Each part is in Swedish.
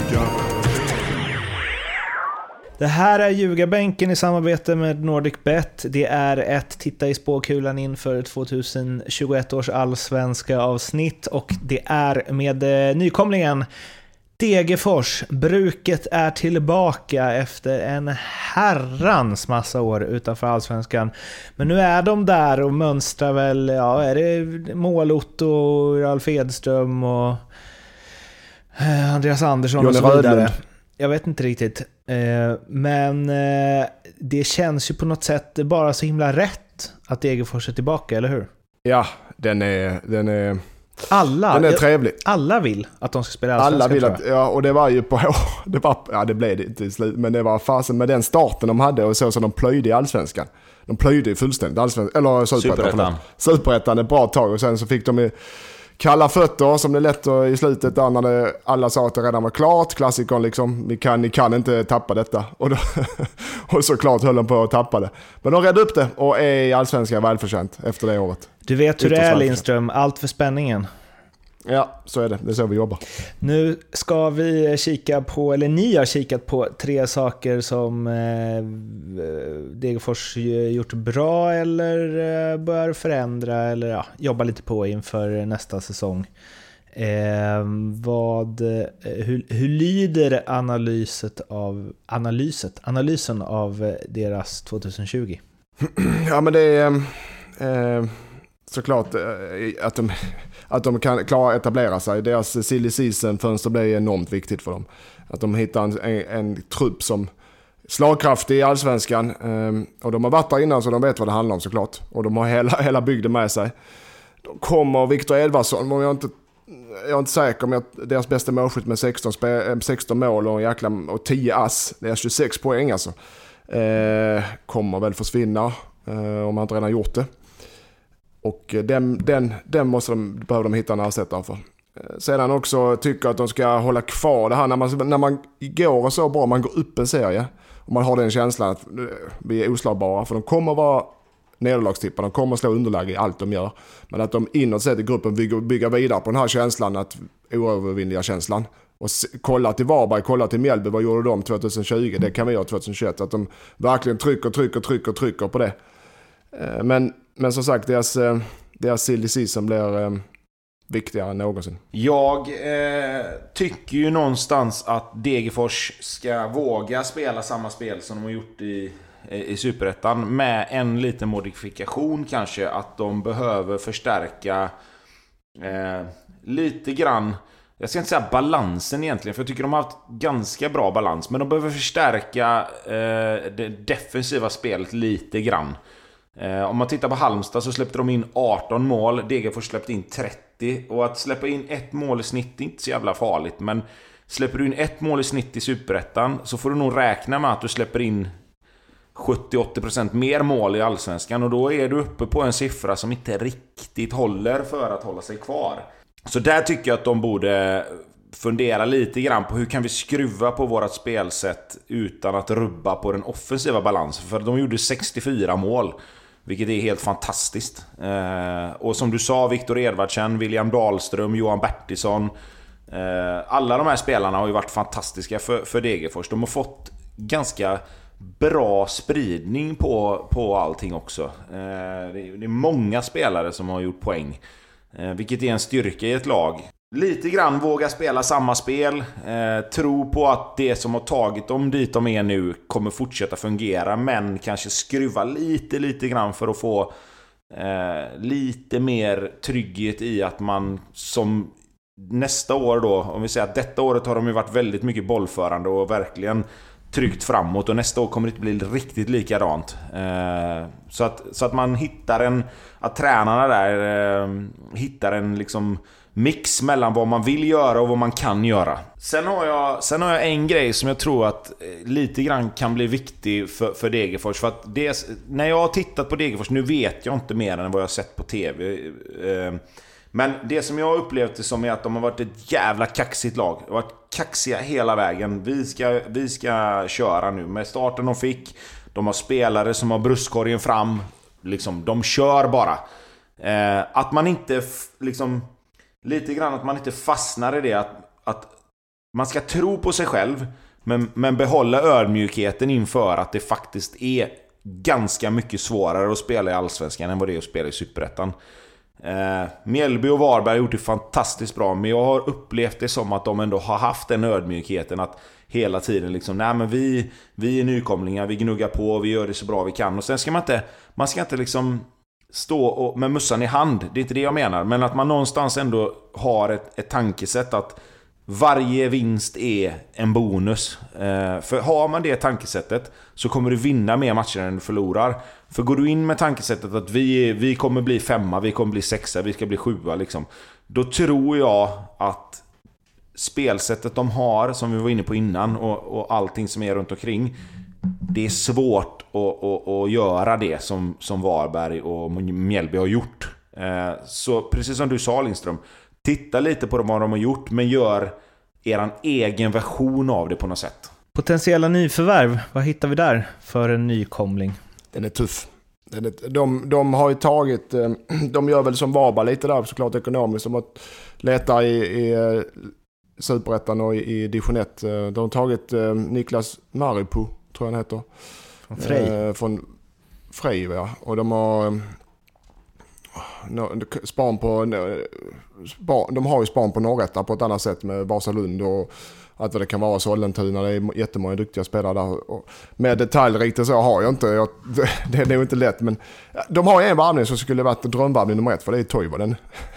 Det här är Ljugarbänken i samarbete med NordicBet. Det är ett titta i spåkulan inför 2021 års allsvenska avsnitt och det är med nykomlingen Degerfors. Bruket är tillbaka efter en herrans massa år utanför allsvenskan. Men nu är de där och mönstrar väl, ja, är det Mål-Otto, Ralf Edström och Andreas Andersson och så vidare. Jag vet inte riktigt. Men det känns ju på något sätt bara så himla rätt att Degerfors är tillbaka, eller hur? Ja, den är trevlig. Alla vill att de ska spela allsvenskan. Alla vill att, ja, och det var ju det blev det till slut, men det var fasen med den starten de hade och så de plöjde i allsvenskan. De plöjde ju fullständigt allsvenskan, eller Superettan ett bra tag, och sen så fick de kalla fötter som det är lätt i slutet där när alla sa att det redan var klart. Klassikern liksom, ni kan inte tappa detta. Och såklart höll de på att tappa det. Men de redde upp det och är i allsvenskan välförtjänt efter det året. Du vet hur det är, Lindström, allt för spänningen. Ja, så är det. Det är så vi jobbar. Nu ska vi kika på, eller ni har kikat på 3 saker som Degerfors gjort bra eller bör förändra eller jobba lite på inför nästa säsong. Hur lyder analysen av deras 2020? Ja, men det är såklart att de kan klara att etablera sig. Deras silly season-fönster blir enormt viktigt för dem. Att de hittar en trupp som slagkraftig i allsvenskan. Och de har varit där innan så de vet vad det handlar om såklart. Och de har hela bygden med sig. De kommer Victor Edvardsson, jag är inte säker om deras bästa målskytt med 16 mål och 10 ass. Det är 26 poäng alltså. Kommer väl försvinna om man inte redan gjort det. Och den behöver de hitta en ersättare för. Sedan också tycker att de ska hålla kvar det här när man går och så bra, man går upp en serie och man har den känslan att vi är oslagbara, för de kommer vara nederlagstippar, de kommer slå underläge i allt de gör, men att de inåt sett i gruppen bygga vidare på den här känslan, att oövervinnliga känslan, och kolla till Varberg, kolla till Mjällby, vad gjorde de 2020, det kan vi göra 2021, att de verkligen trycker på det. Men som sagt, deras silly season blir viktigare än någonsin. Jag tycker ju någonstans att Degerfors ska våga spela samma spel som de har gjort i Superettan, med en liten modifikation kanske, att de behöver förstärka lite grann. Jag ska inte säga balansen egentligen, för jag tycker de har haft ganska bra balans, men de behöver förstärka det defensiva spelet lite grann. Om man tittar på Halmstad så släppte de in 18 mål, Degerfors släppte in 30, och att släppa in ett mål i snitt är inte så jävla farligt, men släpper du in ett mål i snitt i Superettan så får du nog räkna med att du släpper in 70-80% mer mål i allsvenskan, och då är du uppe på en siffra som inte riktigt håller för att hålla sig kvar. Så där tycker jag att de borde fundera lite grann på hur kan vi skruva på vårat spelsätt utan att rubba på den offensiva balansen, för de gjorde 64 mål, vilket är helt fantastiskt. Och som du sa, Victor Edvardsen, William Dahlström, Johan Bertilsson, alla de här spelarna har ju varit fantastiska för Degerfors. De har fått ganska bra spridning på allting också. Det är många spelare som har gjort poäng, vilket är en styrka i ett lag. Lite grann våga spela samma spel, tro på att det som har tagit dem dit de är nu kommer fortsätta fungera, men kanske skruva lite grann för att få lite mer trygghet i att man som nästa år då, om vi säger att detta året har de ju varit väldigt mycket bollförande och verkligen tryckt framåt, och nästa år kommer det inte bli riktigt likadant. Så att man hittar att tränarna där hittar en liksom mix mellan vad man vill göra och vad man kan göra. Sen har jag en grej som jag tror att lite grann kan bli viktig för Degerfors, för att när jag har tittat på Degerfors, nu vet jag inte mer än vad jag har sett på tv, men det som jag har upplevt det som är att de har varit ett jävla kaxigt lag. De har varit kaxiga hela vägen. Vi ska köra nu med starten de fick. De har spelare som har bröstkorgen fram. Liksom, de kör bara. Att man inte liksom lite grann att man inte fastnar i det att man ska tro på sig själv, men behålla ödmjukheten inför att det faktiskt är ganska mycket svårare att spela i Allsvenskan än vad det är att spela i Superettan. Mjällby och Varberg har gjort det fantastiskt bra, men jag har upplevt det som att de ändå har haft den ödmjukheten att hela tiden liksom, nej men vi är nykomlingar, vi gnuggar på, vi gör det så bra vi kan. Och sen ska man ska inte liksom stå med mussan i hand, det är inte det jag menar, men att man någonstans ändå har ett tankesätt att varje vinst är en bonus. För har man det tankesättet så kommer du vinna mer matcher än du förlorar. För går du in med tankesättet att vi kommer bli 5, vi kommer bli 6, vi ska bli 7 liksom, då tror jag att spelsättet de har, som vi var inne på innan, och allting som är runt omkring, det är svårt att göra det som Varberg och Mjällby har gjort. Så precis som du sa, Lindström, titta lite på vad de har gjort, men gör eran egen version av det på något sätt. Potentiella nyförvärv, vad hittar vi där för en nykomling? Den är tuff. De har ju tagit, de gör väl som Varberg lite där såklart ekonomiskt, som att leta i Superettan och i Division 1. De har tagit Niklas Maripu, tror jag han heter. Från Frej, ja. Och de har de har ju span på Norrrätta på ett annat sätt med Vasalund och att det kan vara Sollentuna. Det är jättemånga duktiga spelare där. Och med detaljriktigt så har jag inte. Det är nog inte lätt, men de har en varvning som skulle varit drömvarvning nummer 1, för det är Toivonen.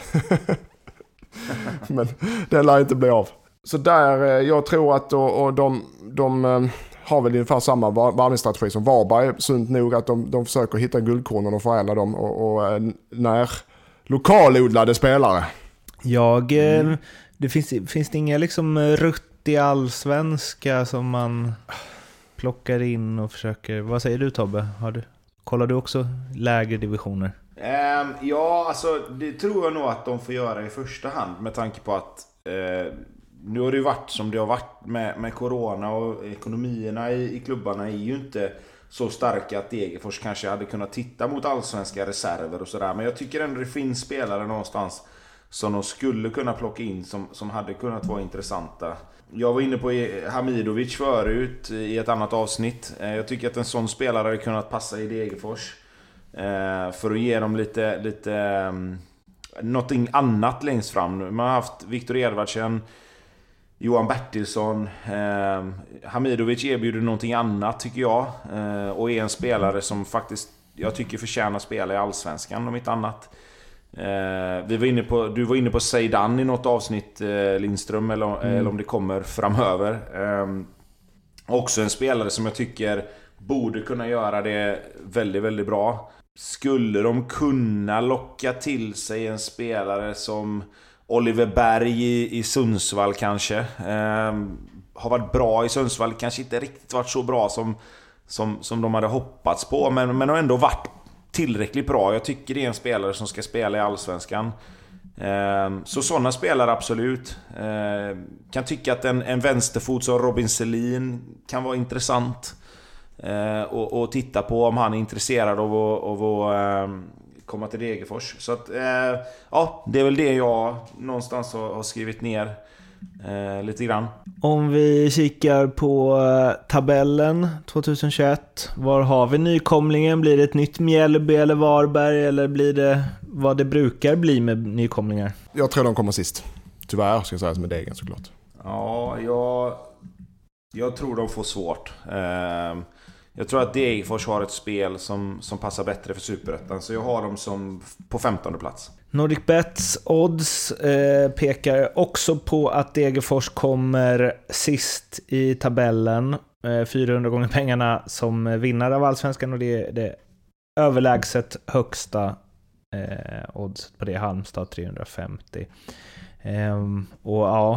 Men den lär inte bli av. Så där, jag tror att de har väl ungefär samma varvningsstrategi som Varberg. Sunt nog att de försöker hitta guldkornen och förädla dem och när lokalodlade spelare. Det finns det inga liksom ruttiga allsvenska som man plockar in och försöker. Vad säger du, Tobbe? Kollar du också lägre divisioner? Ja, alltså det tror jag nog att de får göra i första hand, med tanke på att nu har det ju varit som det har varit med corona, och ekonomierna i klubbarna är ju inte så starka att Degerfors kanske hade kunnat titta mot allsvenska reserver och sådär. Men jag tycker ändå det finns spelare någonstans som de skulle kunna plocka in som hade kunnat vara intressanta. Jag var inne på Hamidovic förut i ett annat avsnitt. Jag tycker att en sån spelare hade kunnat passa i Degerfors för att ge dem lite någonting annat längst fram. Man har haft Viktor Edvardsen, Johan Bertilsson, Hamidovic erbjuder någonting annat, tycker jag, och är en spelare som faktiskt jag tycker förtjänar spela i Allsvenskan om inte annat. Du var inne på Seidan i något avsnitt, Lindström, eller om det kommer framöver. Också en spelare som jag tycker borde kunna göra det väldigt, väldigt bra. Skulle de kunna locka till sig en spelare som Oliver Berg i Sundsvall kanske, har varit bra i Sundsvall, kanske inte riktigt varit så bra som de hade hoppats på, men har ändå varit tillräckligt bra. Jag tycker det är en spelare som ska spela i Allsvenskan. Så sådana spelare absolut. Kan tycka att en vänsterfot som Robin Selin kan vara intressant och titta på om han är intresserad av att komma till Degerfors. Så att ja, det är väl det jag någonstans har skrivit ner lite grann. Om vi kikar på tabellen 2021, var har vi nykomlingen? Blir det ett nytt Mjällby eller Varberg, eller blir det vad det brukar bli med nykomlingar? Jag tror de kommer sist. Tyvärr ska jag säga, som är Degen såklart. Ja, jag tror de får svårt. Jag tror att Degerfors har ett spel som passar bättre för Superettan, så jag har dem som på 15:e plats. NordicBets odds pekar också på att Degerfors kommer sist i tabellen, 400 gånger pengarna som vinnare av Allsvenskan, och det är det överlägset högsta odds på det. Halmstad 350. Och ja,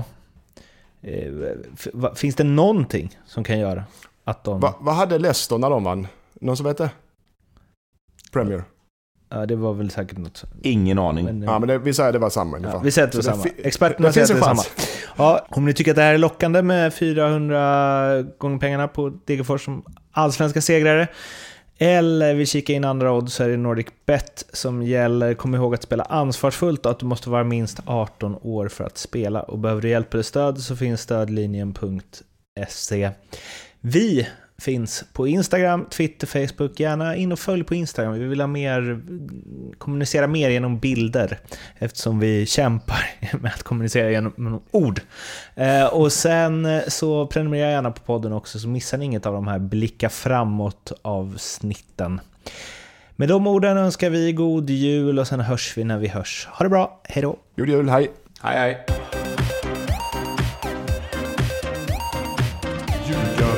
finns det någonting som kan göra att de... Vad hade Leicester när de vann? Någon som vet det? Premier. Ja, det var väl säkert något. Ingen aning. Men vi säger det var samma ungefär. Ja, vi säger att det var samma. Experterna säger att det är samma. Ja, om ni tycker att det här är lockande med 400 gånger pengarna på Degerfors som allsvenska segrare, eller vill kika in andra odds, så är det NordicBet som gäller. Kom ihåg att spela ansvarsfullt och att du måste vara minst 18 år för att spela. Och behöver du hjälp eller stöd så finns stödlinjen.se. Vi finns på Instagram, Twitter, Facebook. Gärna in och följ på Instagram. Vi vill ha kommunicera mer genom bilder, eftersom vi kämpar med att kommunicera genom ord. Och sen så prenumerera gärna på podden också, så missar ni inget av de här blicka framåt avsnitten. Med de orden önskar vi god jul och sen hörs vi när vi hörs. Ha det bra, hej då! God jul, hej! Hej hej!